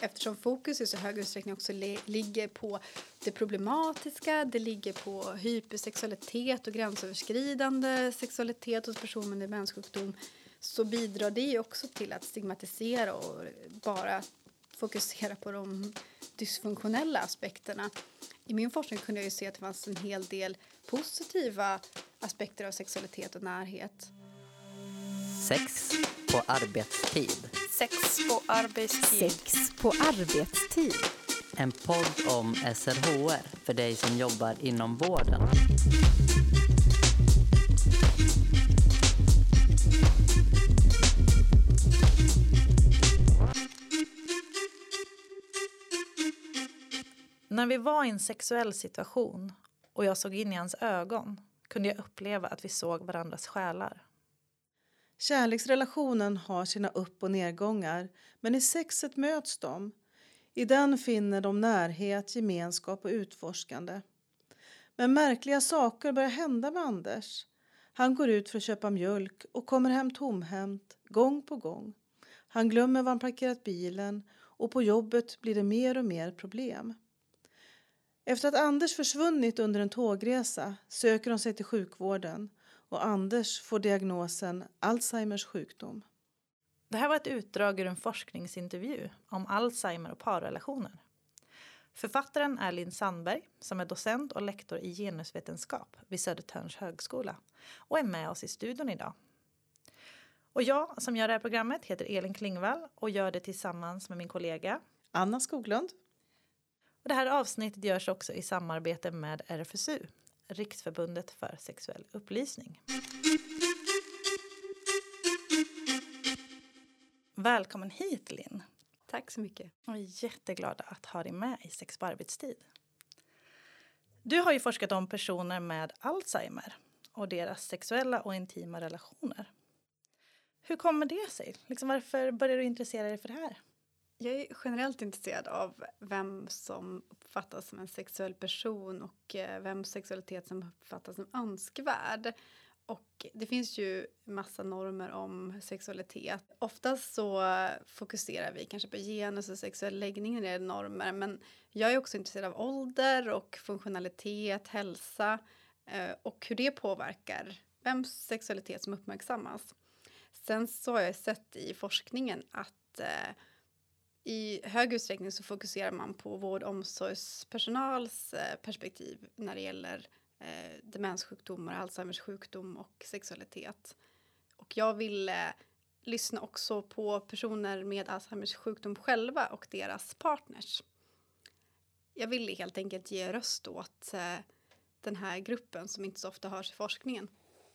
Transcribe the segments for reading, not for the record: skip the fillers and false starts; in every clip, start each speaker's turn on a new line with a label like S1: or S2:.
S1: eftersom fokus i så hög utsträckning också ligger på det problematiska, det ligger på hypersexualitet och gränsöverskridande sexualitet hos personer med demenssjukdom, så bidrar det också till att stigmatisera och bara fokusera på de dysfunktionella aspekterna. I min forskning kunde jag ju se att det fanns en hel del positiva aspekter av sexualitet och närhet.
S2: Sex på arbetstid.
S3: Sex på arbetstid.
S4: Sex på arbetstid.
S2: En podd om SRHR för dig som jobbar inom vården.
S3: När vi var i en sexuell situation och jag såg in i hans ögon kunde jag uppleva att vi såg varandras själar.
S5: Kärleksrelationen har sina upp- och nedgångar, men i sexet möts de. I den finner de närhet, gemenskap och utforskande. Men märkliga saker börjar hända med Anders. Han går ut för att köpa mjölk och kommer hem tomhänt, gång på gång. Han glömmer var han parkerat bilen och på jobbet blir det mer och mer problem. Efter att Anders försvunnit under en tågresa söker de sig till sjukvården och Anders får diagnosen Alzheimers sjukdom.
S3: Det här var ett utdrag ur en forskningsintervju om Alzheimer och parrelationer. Författaren är Linn Sandberg som är docent och lektor i genusvetenskap vid Södertörns högskola och är med oss i studion idag. Och jag som gör det här programmet heter Elin Klingvall och gör det tillsammans med min kollega
S5: Anna Skoglund.
S3: Och det här avsnittet görs också i samarbete med RFSU, Riksförbundet för sexuell upplysning. Välkommen hit, Linn.
S1: Tack så mycket.
S3: Jag är jätteglad att ha dig med i Sex på arbetstid. Du har ju forskat om personer med Alzheimer och deras sexuella och intima relationer. Hur kommer det sig? Varför började du intressera dig för det här?
S1: Jag är generellt intresserad av vem som uppfattas som en sexuell person och vems sexualitet som uppfattas som önskvärd. Och det finns ju massa normer om sexualitet. Oftast så fokuserar vi kanske på genus och sexuell läggning när det är normer. Men jag är också intresserad av ålder och funktionalitet, hälsa och hur det påverkar vems sexualitet som uppmärksammas. Sen så har jag sett i forskningen att i hög utsträckning så fokuserar man på vård- och omsorgspersonals perspektiv när det gäller demenssjukdomar, Alzheimers sjukdom och sexualitet. Och jag vill lyssna också på personer med Alzheimers sjukdom själva och deras partners. Jag vill helt enkelt ge röst åt den här gruppen som inte så ofta hörs i forskningen.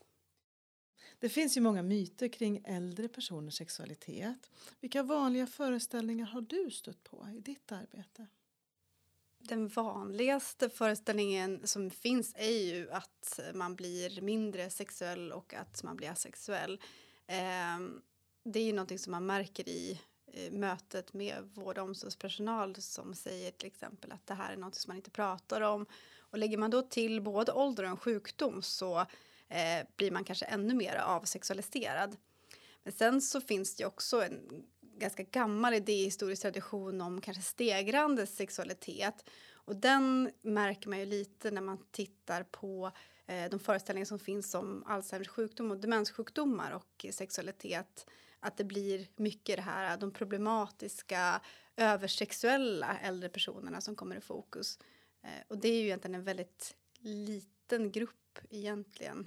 S5: Det finns ju många myter kring äldre personers sexualitet. Vilka vanliga föreställningar har du stött på i ditt arbete?
S1: Den vanligaste föreställningen som finns är ju att man blir mindre sexuell och att man blir asexuell. Det är ju någonting som man märker i mötet med vård- och omsorgspersonal som säger till exempel att det här är något som man inte pratar om. Och lägger man då till både ålder och en sjukdom så blir man kanske ännu mer avsexualiserad. Men sen så finns det också en ganska gammal idéhistorisk tradition om kanske stegrande sexualitet. Och den märker man ju lite när man tittar på de föreställningar som finns om Alzheimers sjukdom och demenssjukdomar och sexualitet. Att det blir mycket det här, de problematiska, översexuella äldre personerna som kommer i fokus. Och det är ju egentligen en väldigt liten grupp egentligen.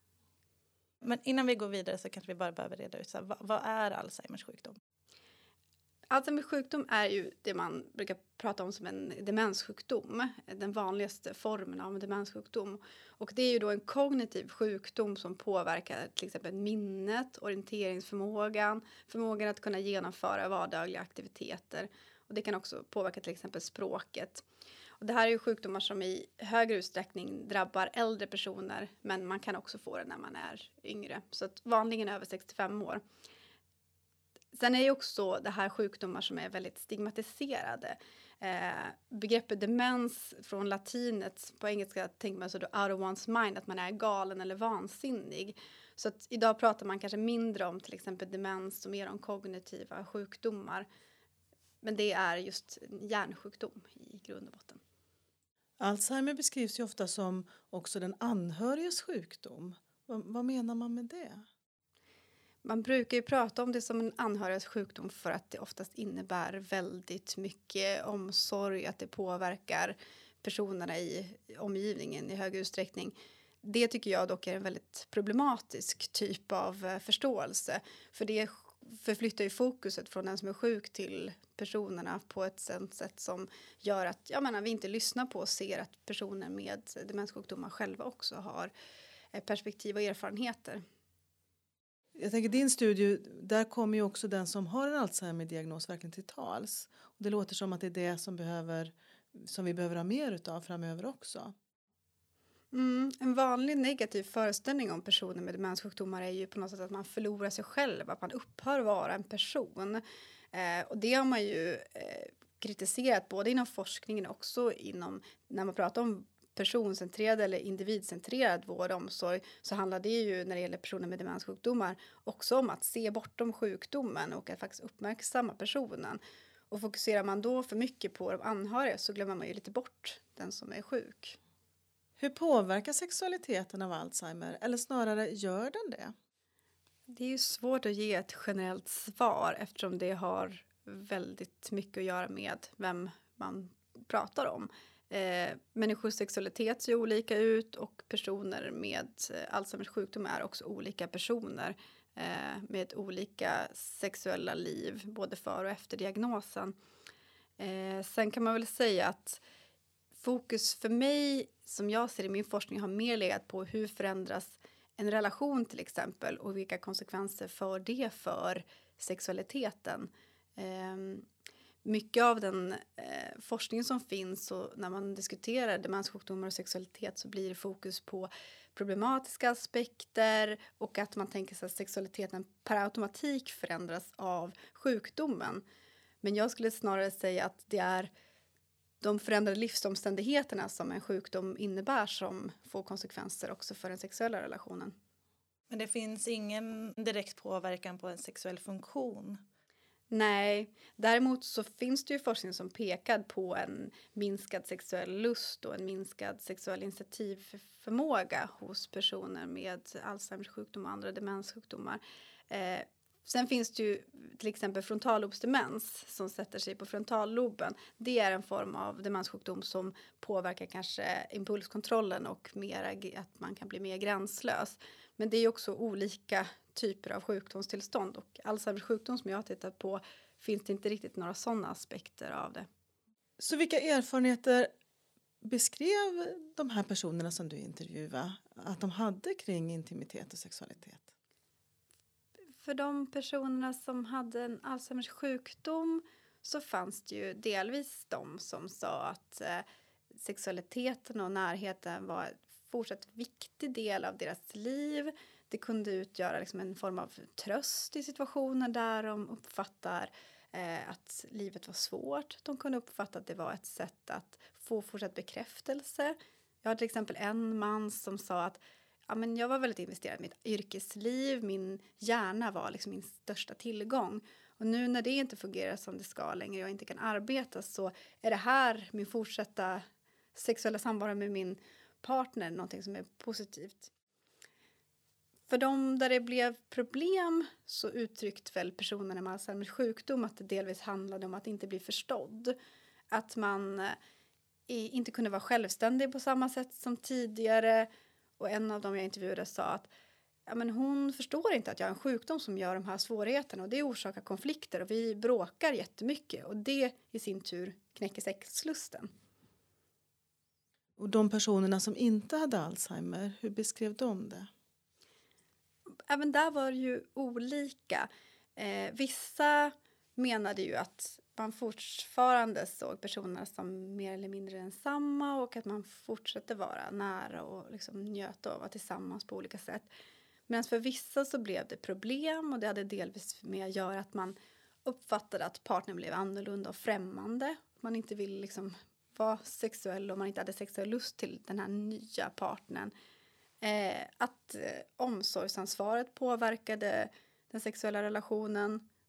S3: Men innan vi går vidare så kanske vi bara behöver reda ut vad är Alzheimers sjukdom?
S1: Alzheimers sjukdom är ju det man brukar prata om som en demenssjukdom. Den vanligaste formen av en demenssjukdom. Och det är ju då en kognitiv sjukdom som påverkar till exempel minnet, orienteringsförmågan, förmågan att kunna genomföra vardagliga aktiviteter. Och det kan också påverka till exempel språket. Och det här är ju sjukdomar som i högre utsträckning drabbar äldre personer, men man kan också få det när man är yngre. Så att vanligen över 65 år. Sen är ju också det här sjukdomar som är väldigt stigmatiserade. Begreppet demens från latinet, på engelska tänker man så då out of one's mind, att man är galen eller vansinnig. Så att idag pratar man kanske mindre om till exempel demens och mer om kognitiva sjukdomar. Men det är just en hjärnsjukdom i grund och botten.
S5: Alzheimer beskrivs ju ofta som också den anhöriges sjukdom. Vad menar man med det?
S1: Man brukar ju prata om det som en anhörigs sjukdom för att det oftast innebär väldigt mycket omsorg, att det påverkar personerna i omgivningen i hög utsträckning. Det tycker jag dock är en väldigt problematisk typ av förståelse. För det förflyttar ju fokuset från den som är sjuk till personerna på ett sätt som gör att vi inte lyssnar på och ser att personer med demenssjukdomar själva också har perspektiv och erfarenheter.
S5: Jag tänker din studie, där kommer ju också den som har en Alzheimer-diagnos verkligen till tals. Och det låter som att det är det som vi behöver ha mer utav framöver också.
S1: En vanlig negativ föreställning om personer med demenssjukdomar är ju på något sätt att man förlorar sig själv, att man upphör vara en person. Och det har man ju kritiserat både inom forskningen och också när man pratar om personcentrerad eller individcentrerad vård och omsorg, så handlar det ju när det gäller personer med demenssjukdomar också om att se bortom sjukdomen och att faktiskt uppmärksamma personen. Och fokuserar man då för mycket på de anhöriga så glömmer man ju lite bort den som är sjuk.
S5: Hur påverkar sexualiteten av Alzheimer? Eller snarare, gör den det?
S1: Det är ju svårt att ge ett generellt svar eftersom det har väldigt mycket att göra med vem man pratar om. Människors sexualitet ser olika ut och personer med Alzheimers sjukdom är också olika personer med olika sexuella liv både före och efter diagnosen. Sen kan man väl säga att fokus för mig, som jag ser i min forskning, har mer legat på hur förändras en relation till exempel och vilka konsekvenser får det för sexualiteten. Mycket av den forskning som finns och när man diskuterar demenssjukdomar och sexualitet så blir det fokus på problematiska aspekter och att man tänker sig att sexualiteten per automatik förändras av sjukdomen. Men jag skulle snarare säga att det är de förändrade livsomständigheterna som en sjukdom innebär som får konsekvenser också för den sexuella relationen.
S3: Men det finns ingen direkt påverkan på en sexuell funktion?
S1: Nej, däremot så finns det ju forskning som pekar på en minskad sexuell lust och en minskad sexuell initiativförmåga hos personer med Alzheimers sjukdom och andra demenssjukdomar. Sen finns det ju till exempel frontallobsdemens som sätter sig på frontalloben. Det är en form av demenssjukdom som påverkar kanske impulskontrollen och att man kan bli mer gränslös. Men det är också olika typer av sjukdomstillstånd och Alzheimers sjukdom som jag har tittat på finns det inte riktigt några sådana aspekter av det.
S5: Så vilka erfarenheter beskrev de här personerna som du intervjuade att de hade kring intimitet och sexualitet?
S1: För de personerna som hade en Alzheimers sjukdom så fanns det ju delvis de som sa att sexualiteten och närheten var en fortsatt viktig del av deras liv. Det kunde utgöra liksom en form av tröst i situationer där de uppfattar att livet var svårt. De kunde uppfatta att det var ett sätt att få fortsatt bekräftelse. Jag har till exempel en man som sa att jag var väldigt investerad i mitt yrkesliv. Min hjärna var liksom min största tillgång. Och nu när det inte fungerar som det ska längre och jag inte kan arbeta så är det här min fortsatta sexuella samvaro med min partner någonting som är positivt. För de där det blev problem så uttryckte väl personerna med Alzheimers sjukdom att det delvis handlade om att inte bli förstådd. Att man inte kunde vara självständig på samma sätt som tidigare. Och en av dem jag intervjuade sa att hon förstår inte att jag har en sjukdom som gör de här svårigheterna. Och det orsakar konflikter och vi bråkar jättemycket. Och det i sin tur knäcker sexlusten.
S5: Och de personerna som inte hade Alzheimer, hur beskrev de det?
S1: Även där var det ju olika. Vissa menade ju att man fortfarande såg personerna som mer eller mindre ensamma och att man fortsatte vara nära och liksom njöta av att vara tillsammans på olika sätt. Medan för vissa så blev det problem och det hade delvis med att göra att man uppfattade att partnern blev annorlunda och främmande. Man inte ville liksom vara sexuell och man inte hade sexuell lust till den här nya partnern. Att omsorgsansvaret påverkade den sexuella relationen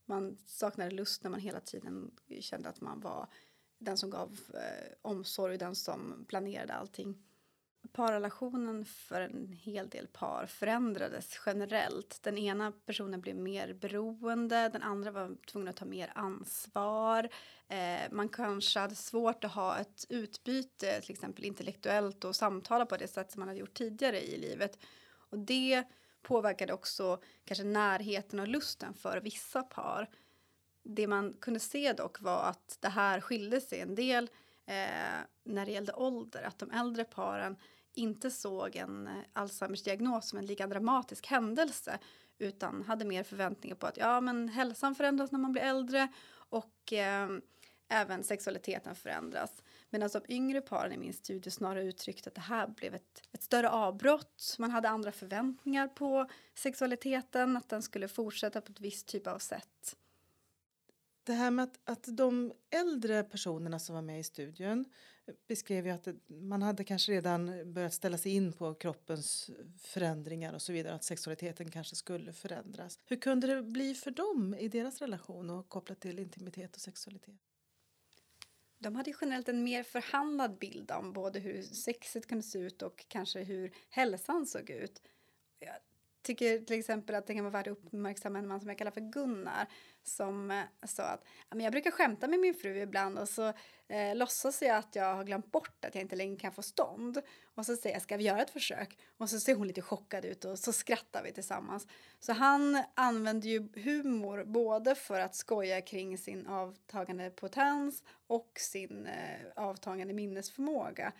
S1: Man saknade lust när man hela tiden kände att man var den som gav omsorg, den som planerade allting. Parrelationen för en hel del par förändrades generellt. Den ena personen blev mer beroende, den andra var tvungen att ta mer ansvar. Man kanske hade svårt att ha ett utbyte, till exempel intellektuellt, och samtala på det sätt som man hade gjort tidigare i livet. Och det påverkade också kanske närheten och lusten för vissa par. Det man kunde se dock var att det här skilde sig en del när det gällde ålder. Att de äldre paren inte såg en Alzheimers diagnos som en lika dramatisk händelse, utan hade mer förväntningar på att hälsan förändras när man blir äldre och även sexualiteten förändras. Medan de yngre paren i min studie snarare uttryckte att det här blev ett större avbrott. Man hade andra förväntningar på sexualiteten, att den skulle fortsätta på ett visst typ av sätt.
S5: Det här med att de äldre personerna som var med i studien beskrev ju att man hade kanske redan börjat ställa sig in på kroppens förändringar och så vidare. Att sexualiteten kanske skulle förändras. Hur kunde det bli för dem i deras relation och kopplat till intimitet och sexualitet?
S1: De hade generellt en mer förhandlad bild om både hur sexet kunde se ut och kanske hur hälsan såg ut. Jag tycker till exempel att det kan vara värt att uppmärksamma en man som jag kallar för Gunnar, som sa att jag brukar skämta med min fru ibland och så låtsas jag att jag har glömt bort att jag inte längre kan få stånd. Och så säger jag, ska vi göra ett försök? Och så ser hon lite chockad ut och så skrattar vi tillsammans. Så han använder ju humor både för att skoja kring sin avtagande potens och sin avtagande minnesförmåga.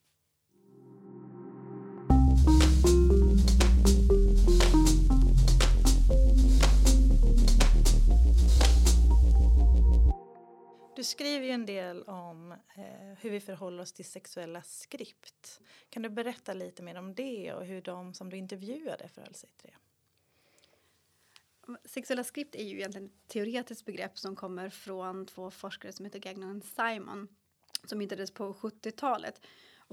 S3: Du skriver ju en del om hur vi förhåller oss till sexuella skript. Kan du berätta lite mer om det och hur de som du intervjuade förhöll sig till det?
S1: Sexuella skript är ju egentligen ett teoretiskt begrepp som kommer från två forskare som heter Gagnon och Simon, som myntades på 70-talet.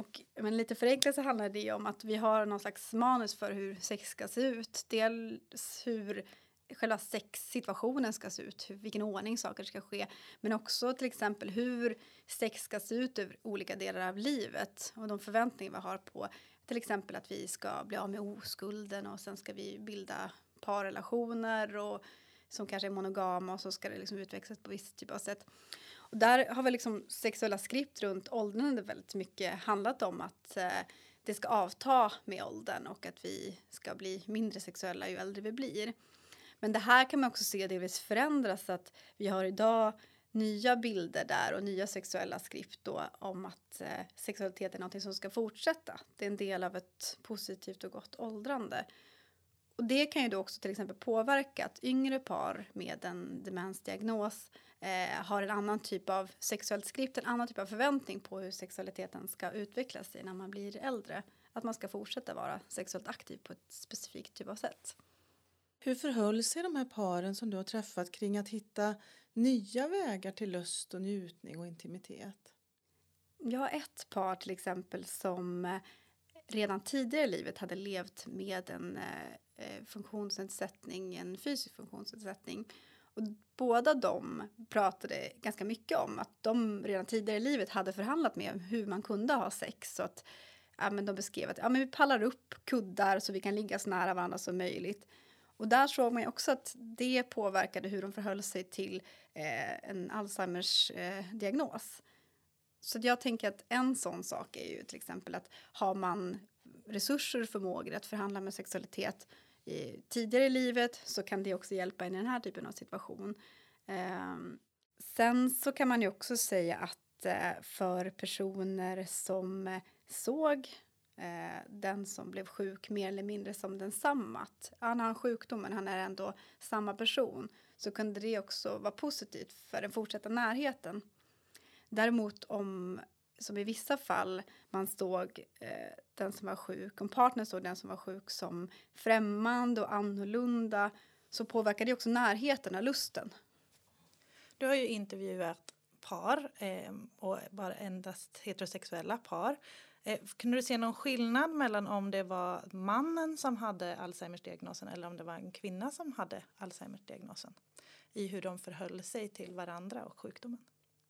S1: Men lite förenklat så handlar det om att vi har någon slags manus för hur sex ska se ut. Dels hur själva sexsituationen ska se ut, vilken ordning saker ska ske, men också till exempel hur sex ska se ut över olika delar av livet och de förväntningar vi har på till exempel att vi ska bli av med oskulden och sen ska vi bilda parrelationer och som kanske är monogama och så ska det liksom utvecklas på visst typ av sätt. Och där har vi liksom sexuella skript runt åldern väldigt mycket handlat om att det ska avta med åldern och att vi ska bli mindre sexuella ju äldre vi blir. Men det här kan man också se delvis förändras, att vi har idag nya bilder där och nya sexuella skript då om att sexualitet är något som ska fortsätta. Det är en del av ett positivt och gott åldrande. Och det kan ju då också till exempel påverka att yngre par med en demensdiagnos har en annan typ av sexuellt skript, en annan typ av förväntning på hur sexualiteten ska utveckla sig när man blir äldre. Att man ska fortsätta vara sexuellt aktiv på ett specifikt typ av sätt.
S5: Hur förhöll sig de här paren som du har träffat kring att hitta nya vägar till lust och njutning och intimitet?
S1: Jag har ett par till exempel som redan tidigare i livet hade levt med en funktionsnedsättning, en fysisk funktionsnedsättning. Och båda de pratade ganska mycket om att de redan tidigare i livet hade förhandlat med hur man kunde ha sex. Så att men de beskrev att vi pallar upp kuddar så vi kan ligga så nära varandra som möjligt. Och där såg man också att det påverkade hur de förhöll sig till en Alzheimers diagnos. Så jag tänker att en sån sak är ju till exempel att har man resurser och förmågor att förhandla med sexualitet tidigare i livet så kan det också hjälpa i den här typen av situation. Sen så kan man ju också säga att för personer som såg den som blev sjuk mer eller mindre som densamma, att han har en sjukdom men han är ändå samma person, så kunde det också vara positivt för den fortsatta närheten. Däremot om, som i vissa fall, man såg den som var sjuk, om partnern såg den som var sjuk som främmande och annorlunda, så påverkar det också närheten och lusten.
S3: Du har ju intervjuat par och bara endast heterosexuella par. Kunde du se någon skillnad mellan om det var mannen som hade Alzheimers diagnosen eller om det var en kvinna som hade Alzheimers diagnosen i hur de förhöll sig till varandra och sjukdomen?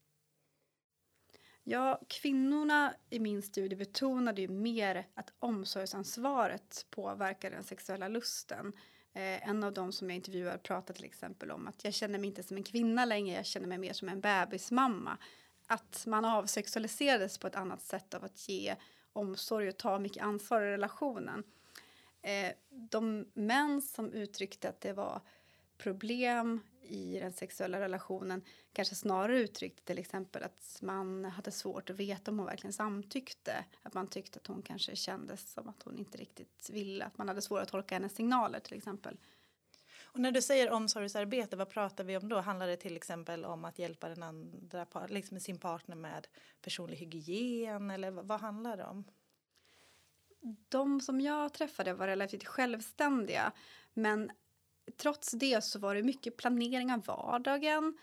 S1: Ja, kvinnorna i min studie betonade ju mer att omsorgsansvaret påverkar den sexuella lusten. En av dem som jag intervjuar pratar till exempel om att jag känner mig inte som en kvinna längre, jag känner mig mer som en bebismamma. Att man avsexualiserades på ett annat sätt av att ge omsorg och ta mycket ansvar i relationen. De män som uttryckte att det var problem i den sexuella relationen kanske snarare uttryckte till exempel att man hade svårt att veta om hon verkligen samtyckte. Att man tyckte att hon kanske kändes som att hon inte riktigt ville. Att man hade svårt att tolka hennes signaler till exempel.
S3: Och när du säger omsorgsarbete, vad pratar vi om då? Handlar det till exempel om att hjälpa den andra, liksom sin partner med personlig hygien? Eller vad handlar det om?
S1: De som jag träffade var relativt självständiga, men trots det så var det mycket planering av vardagen,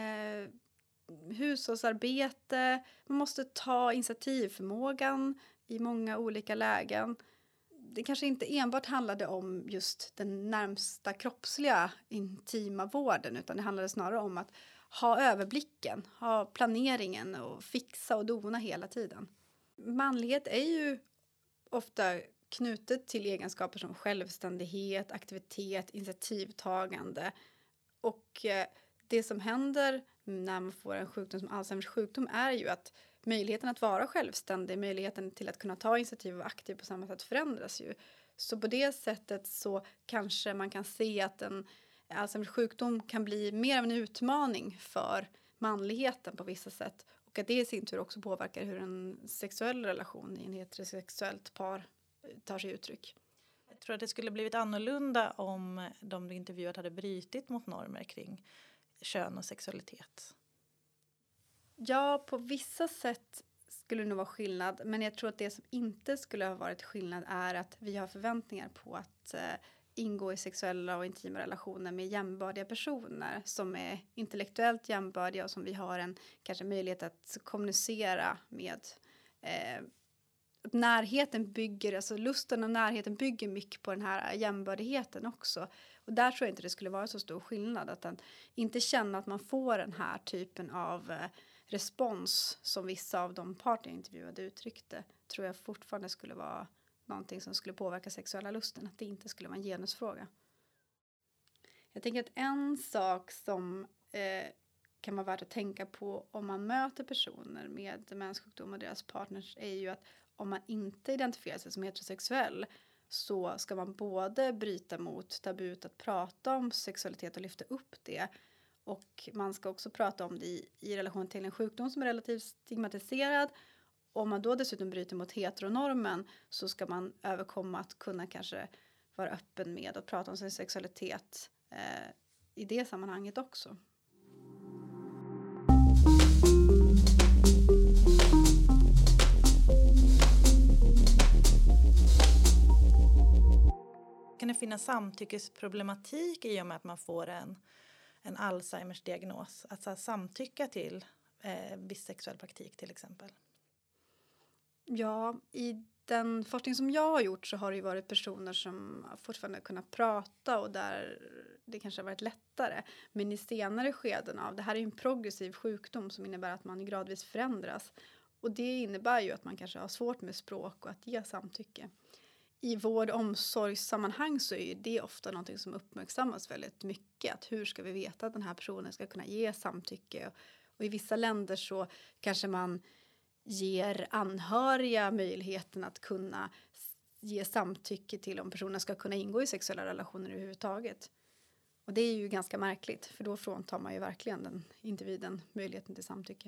S1: hushållsarbete, man måste ta initiativförmågan i många olika lägen. Det kanske inte enbart handlade om just den närmsta kroppsliga intima vården, utan det handlade snarare om att ha överblicken, ha planeringen och fixa och dona hela tiden. Manlighet är ju ofta knutet till egenskaper som självständighet, aktivitet, initiativtagande. Och det som händer när man får en sjukdom som Alzheimers sjukdom är ju att möjligheten att vara självständig, möjligheten till att kunna ta initiativ och vara aktiv på samma sätt förändras ju. Så på det sättet så kanske man kan se att en Alzheimers sjukdom kan bli mer av en utmaning för manligheten på vissa sätt. Och att det i sin tur också påverkar hur en sexuell relation i en heterosexuellt par tar sig uttryck.
S3: Jag tror att det skulle blivit annorlunda om de du intervjuat hade brytit mot normer kring kön och sexualitet.
S1: Ja, på vissa sätt skulle det nog vara skillnad. Men jag tror att det som inte skulle ha varit skillnad är att vi har förväntningar på att ingå i sexuella och intima relationer med jämbördiga personer som är intellektuellt jämbördiga och som vi har en kanske möjlighet att kommunicera med. Närheten bygger, alltså lusten och närheten bygger mycket på den här jämbördigheten också. Och där tror jag inte det skulle vara så stor skillnad. Att inte känna att man får den här typen av respons som vissa av de parter jag intervjuade uttryckte, tror jag fortfarande skulle vara någonting som skulle påverka sexuella lusten. Att det inte skulle vara en genusfråga. Jag tänker att en sak som kan vara värt att tänka på om man möter personer med demenssjukdom och deras partners är ju att om man inte identifierar sig som heterosexuell så ska man både bryta mot tabut att prata om sexualitet och lyfta upp det. Och man ska också prata om det i relation till en sjukdom som är relativt stigmatiserad. Om man då dessutom bryter mot heteronormen så ska man överkomma att kunna kanske vara öppen med att prata om sin sexualitet i det sammanhanget också.
S3: Kan det finnas samtyckesproblematik i och med att man får en Alzheimers diagnos? Alltså samtycka till viss sexuell praktik till exempel? Ja, i den forskning som jag har gjort så har det ju varit personer som fortfarande kunnat prata och där det kanske har varit lättare. Men i senare skeden av, det här är ju en progressiv sjukdom som innebär att man gradvis förändras. Och det innebär ju att man kanske har svårt med språk och att ge samtycke. I vård- och omsorgssammanhang så är det ofta något som uppmärksammas väldigt mycket. Att hur ska vi veta att den här personen ska kunna ge samtycke? Och i vissa länder så kanske man ger anhöriga möjligheten att kunna ge samtycke till om personen ska kunna ingå i sexuella relationer överhuvudtaget. Och det är ju ganska märkligt, för då fråntar man ju verkligen den individen möjligheten till samtycke.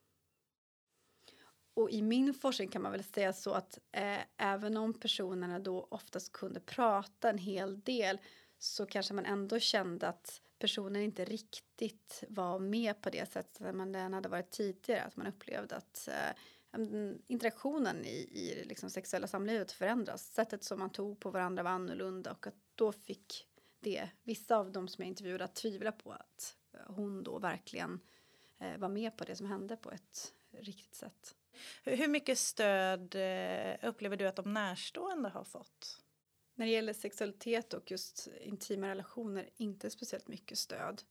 S3: Och i min forskning kan man väl säga så att även om personerna då oftast kunde prata en hel del så kanske man ändå kände att personen inte riktigt var med på det sättet som den hade varit tidigare. Att man upplevde att interaktionen i liksom sexuella samlivet förändras. Sättet som man tog på varandra var annorlunda och att då fick det vissa av dem som jag intervjuade att tvivla på att hon då verkligen var med på det som hände på ett riktigt sätt. Hur mycket stöd upplever du att de närstående har fått?
S1: När det gäller sexualitet och just intima relationer, inte speciellt mycket stöd.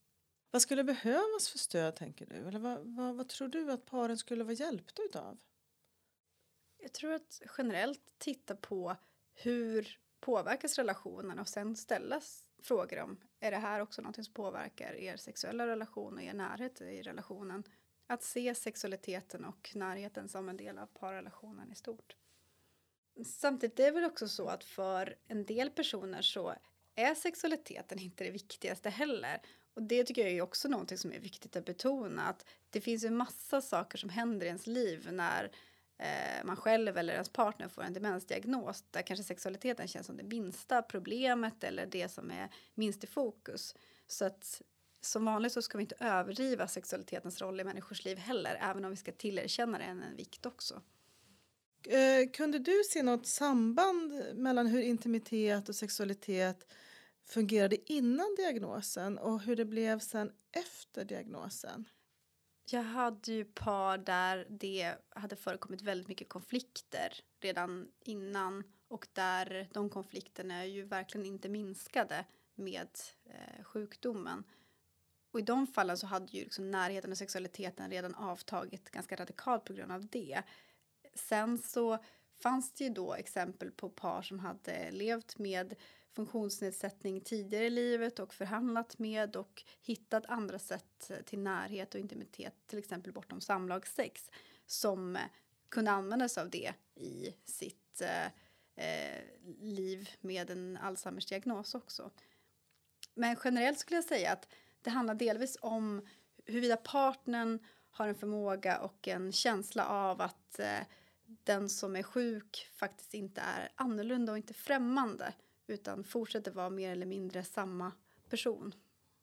S5: Vad skulle behövas för stöd, tänker du? Eller vad tror du att paren skulle vara hjälpta utav?
S1: Jag tror att generellt titta på hur påverkas relationen och sen ställa frågor om är det här också något som påverkar er sexuella relation och er närhet i relationen. Att se sexualiteten och närheten som en del av parrelationen i stort. Samtidigt är det väl också så att för en del personer så är sexualiteten inte det viktigaste heller. Och det tycker jag är också något som är viktigt att betona. Att det finns ju massa saker som händer i ens liv när man själv eller ens partner får en demensdiagnos. Där kanske sexualiteten känns som det minsta problemet eller det som är minst i fokus. Så att som vanligt så ska vi inte överdriva sexualitetens roll i människors liv heller. Även om vi ska tillerkänna den en vikt också.
S5: Kunde du se något samband mellan hur intimitet och sexualitet fungerade innan diagnosen och hur det blev sen efter diagnosen?
S1: Jag hade ju par där det hade förekommit väldigt mycket konflikter redan innan och där de konflikterna ju verkligen inte minskade med sjukdomen. Och i de fallen så hade ju liksom närheten och sexualiteten redan avtagit ganska radikalt på grund av det. Sen så fanns det ju då exempel på par som hade levt med funktionsnedsättning tidigare i livet och förhandlat med och hittat andra sätt till närhet och intimitet, till exempel bortom samlagssex, som kunde använda sig av det i sitt liv med en Alzheimers diagnos också. Men generellt skulle jag säga att det handlar delvis om huruvida partnern har en förmåga och en känsla av att den som är sjuk faktiskt inte är annorlunda och inte främmande utan fortsätter vara mer eller mindre samma person.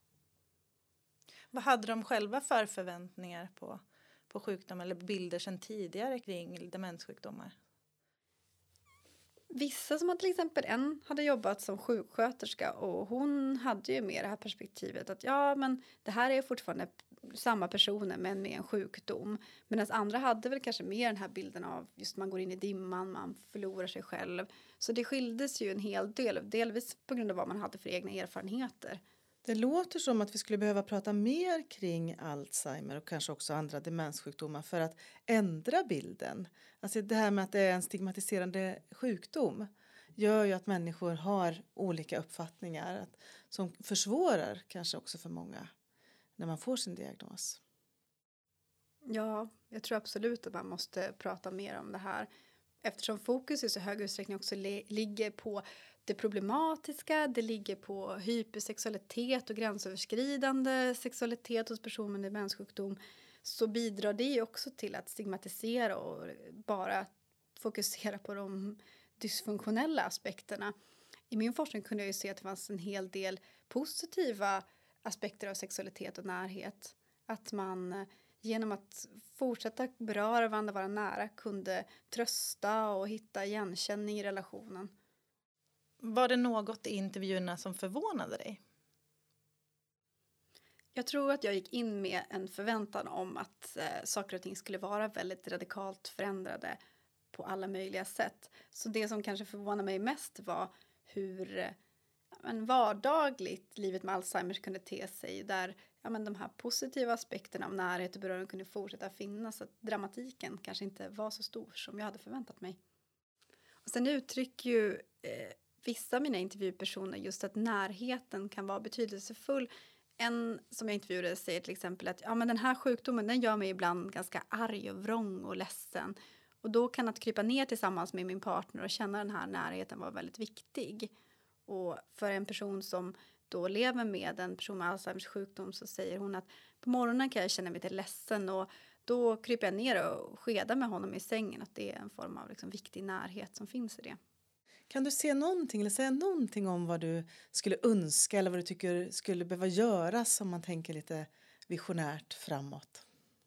S3: Vad hade de själva för förväntningar på sjukdom eller bilder sedan tidigare kring demenssjukdomar?
S1: Vissa som till exempel en hade jobbat som sjuksköterska och hon hade ju med det här perspektivet att ja men det här är fortfarande samma personer men med en sjukdom. Medan andra hade väl kanske mer den här bilden av just man går in i dimman, man förlorar sig själv. Så det skildes ju en hel del, delvis på grund av vad man hade för egna erfarenheter.
S5: Det låter som att vi skulle behöva prata mer kring Alzheimer och kanske också andra demenssjukdomar för att ändra bilden. Alltså det här med att det är en stigmatiserande sjukdom gör ju att människor har olika uppfattningar som försvårar kanske också för många när man får sin diagnos.
S1: Ja, jag tror absolut att man måste prata mer om det här. Eftersom fokus i så hög utsträckning också ligger på det problematiska, det ligger på hypersexualitet och gränsöverskridande sexualitet hos personer med demenssjukdom, så bidrar det också till att stigmatisera och bara fokusera på de dysfunktionella aspekterna. I min forskning kunde jag ju se att det fanns en hel del positiva aspekter av sexualitet och närhet. Att man genom att fortsätta beröra varandra, vara nära, kunde trösta och hitta igenkänning i relationen.
S3: Var det något i intervjuerna som förvånade dig?
S1: Jag tror att jag gick in med en förväntan om att saker och ting skulle vara väldigt radikalt förändrade på alla möjliga sätt. Så det som kanske förvånade mig mest var hur vardagligt livet med Alzheimers kunde te sig. Där de här positiva aspekterna av närhet och beröring kunde fortsätta finnas. Så att dramatiken kanske inte var så stor som jag hade förväntat mig. Och sen uttrycker ju vissa av mina intervjupersoner just att närheten kan vara betydelsefull. En som jag intervjuade säger till exempel att men den här sjukdomen den gör mig ibland ganska arg och vrång och ledsen. Och då kan att krypa ner tillsammans med min partner och känna den här närheten vara väldigt viktig. Och för en person som då lever med en person med Alzheimers sjukdom så säger hon att på morgonen kan jag känna mig lite ledsen och då kryper jag ner och skedar med honom i sängen. Att det är en form av viktig närhet som finns i det.
S5: Kan du se någonting eller säga någonting om vad du skulle önska eller vad du tycker skulle behöva göras om man tänker lite visionärt framåt?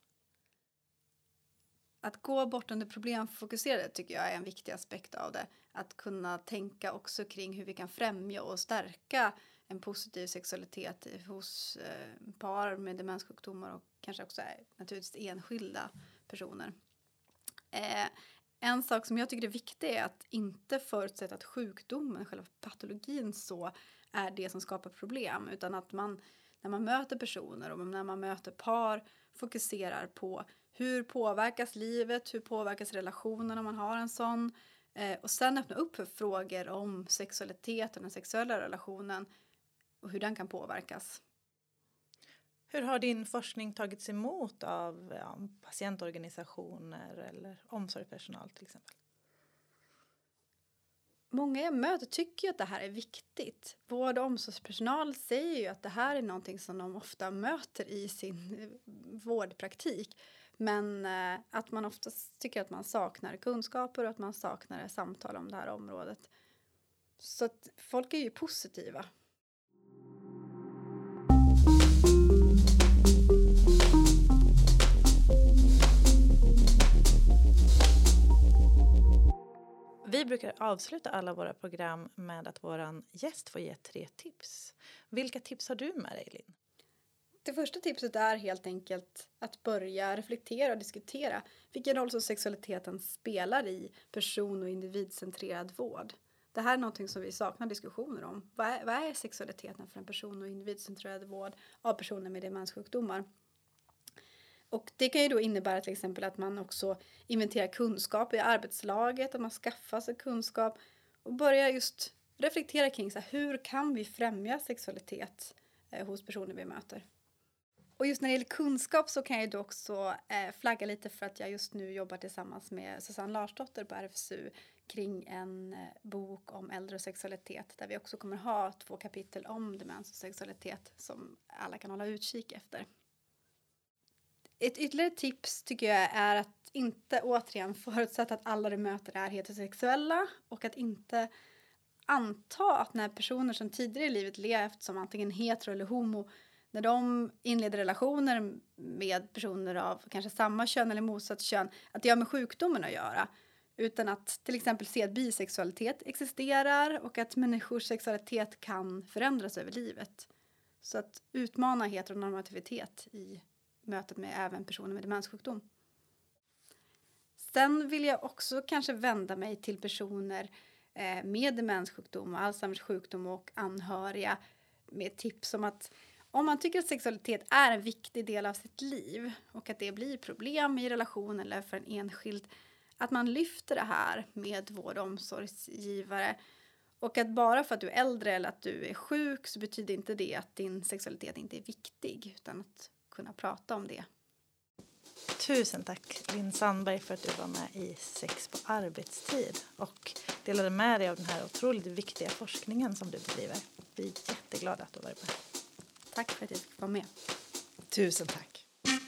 S1: Att gå bortom det problemfokuserade tycker jag är en viktig aspekt av det. Att kunna tänka också kring hur vi kan främja och stärka en positiv sexualitet hos par med demenssjukdomar och kanske också naturligtvis enskilda personer. En sak som jag tycker är viktig är att inte förutsätta att sjukdomen, själva patologin så är det som skapar problem. Utan att man när man möter personer och när man möter par fokuserar på hur påverkas livet, hur påverkas relationen om man har en sån. Och sen öppna upp för frågor om sexualiteten, den sexuella relationen och hur den kan påverkas.
S3: Hur har din forskning tagits emot av patientorganisationer eller omsorgspersonal till exempel?
S1: Många jag möter tycker ju att det här är viktigt. Vård- och omsorgspersonal säger ju att det här är någonting som de ofta möter i sin vårdpraktik. Men att man oftast tycker att man saknar kunskaper och att man saknar samtal om det här området. Så att folk är ju positiva.
S3: Vi brukar avsluta alla våra program med att våran gäst får ge 3 tips. Vilka tips har du med dig, Linn?
S1: Det första tipset är helt enkelt att börja reflektera och diskutera vilken roll som sexualiteten spelar i person- och individcentrerad vård. Det här är något som vi saknar diskussioner om. Vad är sexualiteten för en person- och individcentrerad vård av personer med demenssjukdomar? Och det kan ju då innebära till exempel att man också inventerar kunskap i arbetslaget, att man skaffar sig kunskap och börjar just reflektera kring så här, hur kan vi främja sexualitet hos personer vi möter. Och just när det gäller kunskap så kan jag då också flagga lite för att jag just nu jobbar tillsammans med Susanne Larsdotter på RFSU kring en bok om äldre och sexualitet där vi också kommer ha 2 kapitel om demens och sexualitet som alla kan hålla utkik efter. Ett ytterligare tips tycker jag är att inte återigen förutsätta att alla du möter är heterosexuella och att inte anta att när personer som tidigare i livet levt som antingen hetero eller homo, när de inleder relationer med personer av kanske samma kön eller motsatt kön, att det har med sjukdomen att göra. Utan att till exempel se att bisexualitet existerar och att människors sexualitet kan förändras över livet. Så att utmana heteronormativitet i mötet med även personer med demenssjukdom. Sen vill jag också kanske vända mig till personer med demenssjukdom, Alzheimers sjukdom och anhöriga med tips om att om man tycker att sexualitet är en viktig del av sitt liv och att det blir problem i relation eller för en enskild, att man lyfter det här med vård- och omsorgsgivare. Och att bara för att du är äldre eller att du är sjuk så betyder inte det att din sexualitet inte är viktig, utan att kunna prata om det.
S3: Tusen tack Linn Sandberg för att du var med i Sex på arbetstid och delade med dig av den här otroligt viktiga forskningen som du bedriver. Vi är jätteglada att du var med.
S1: Tack för att jag fick vara med.
S5: Tusen tack.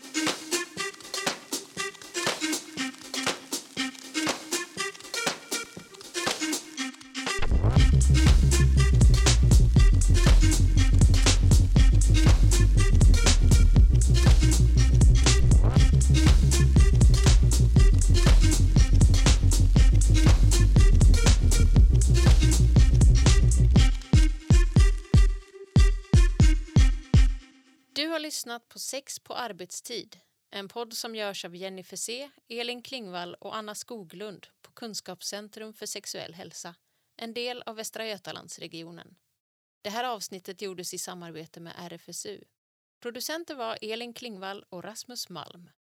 S6: Du har lyssnat på Sex på arbetstid, en podd som görs av Jenny Fessé, Elin Klingvall och Anna Skoglund på Kunskapscentrum för sexuell hälsa, en del av Västra Götalandsregionen. Det här avsnittet gjordes i samarbete med RFSU. Producenter var Elin Klingvall och Rasmus Malm.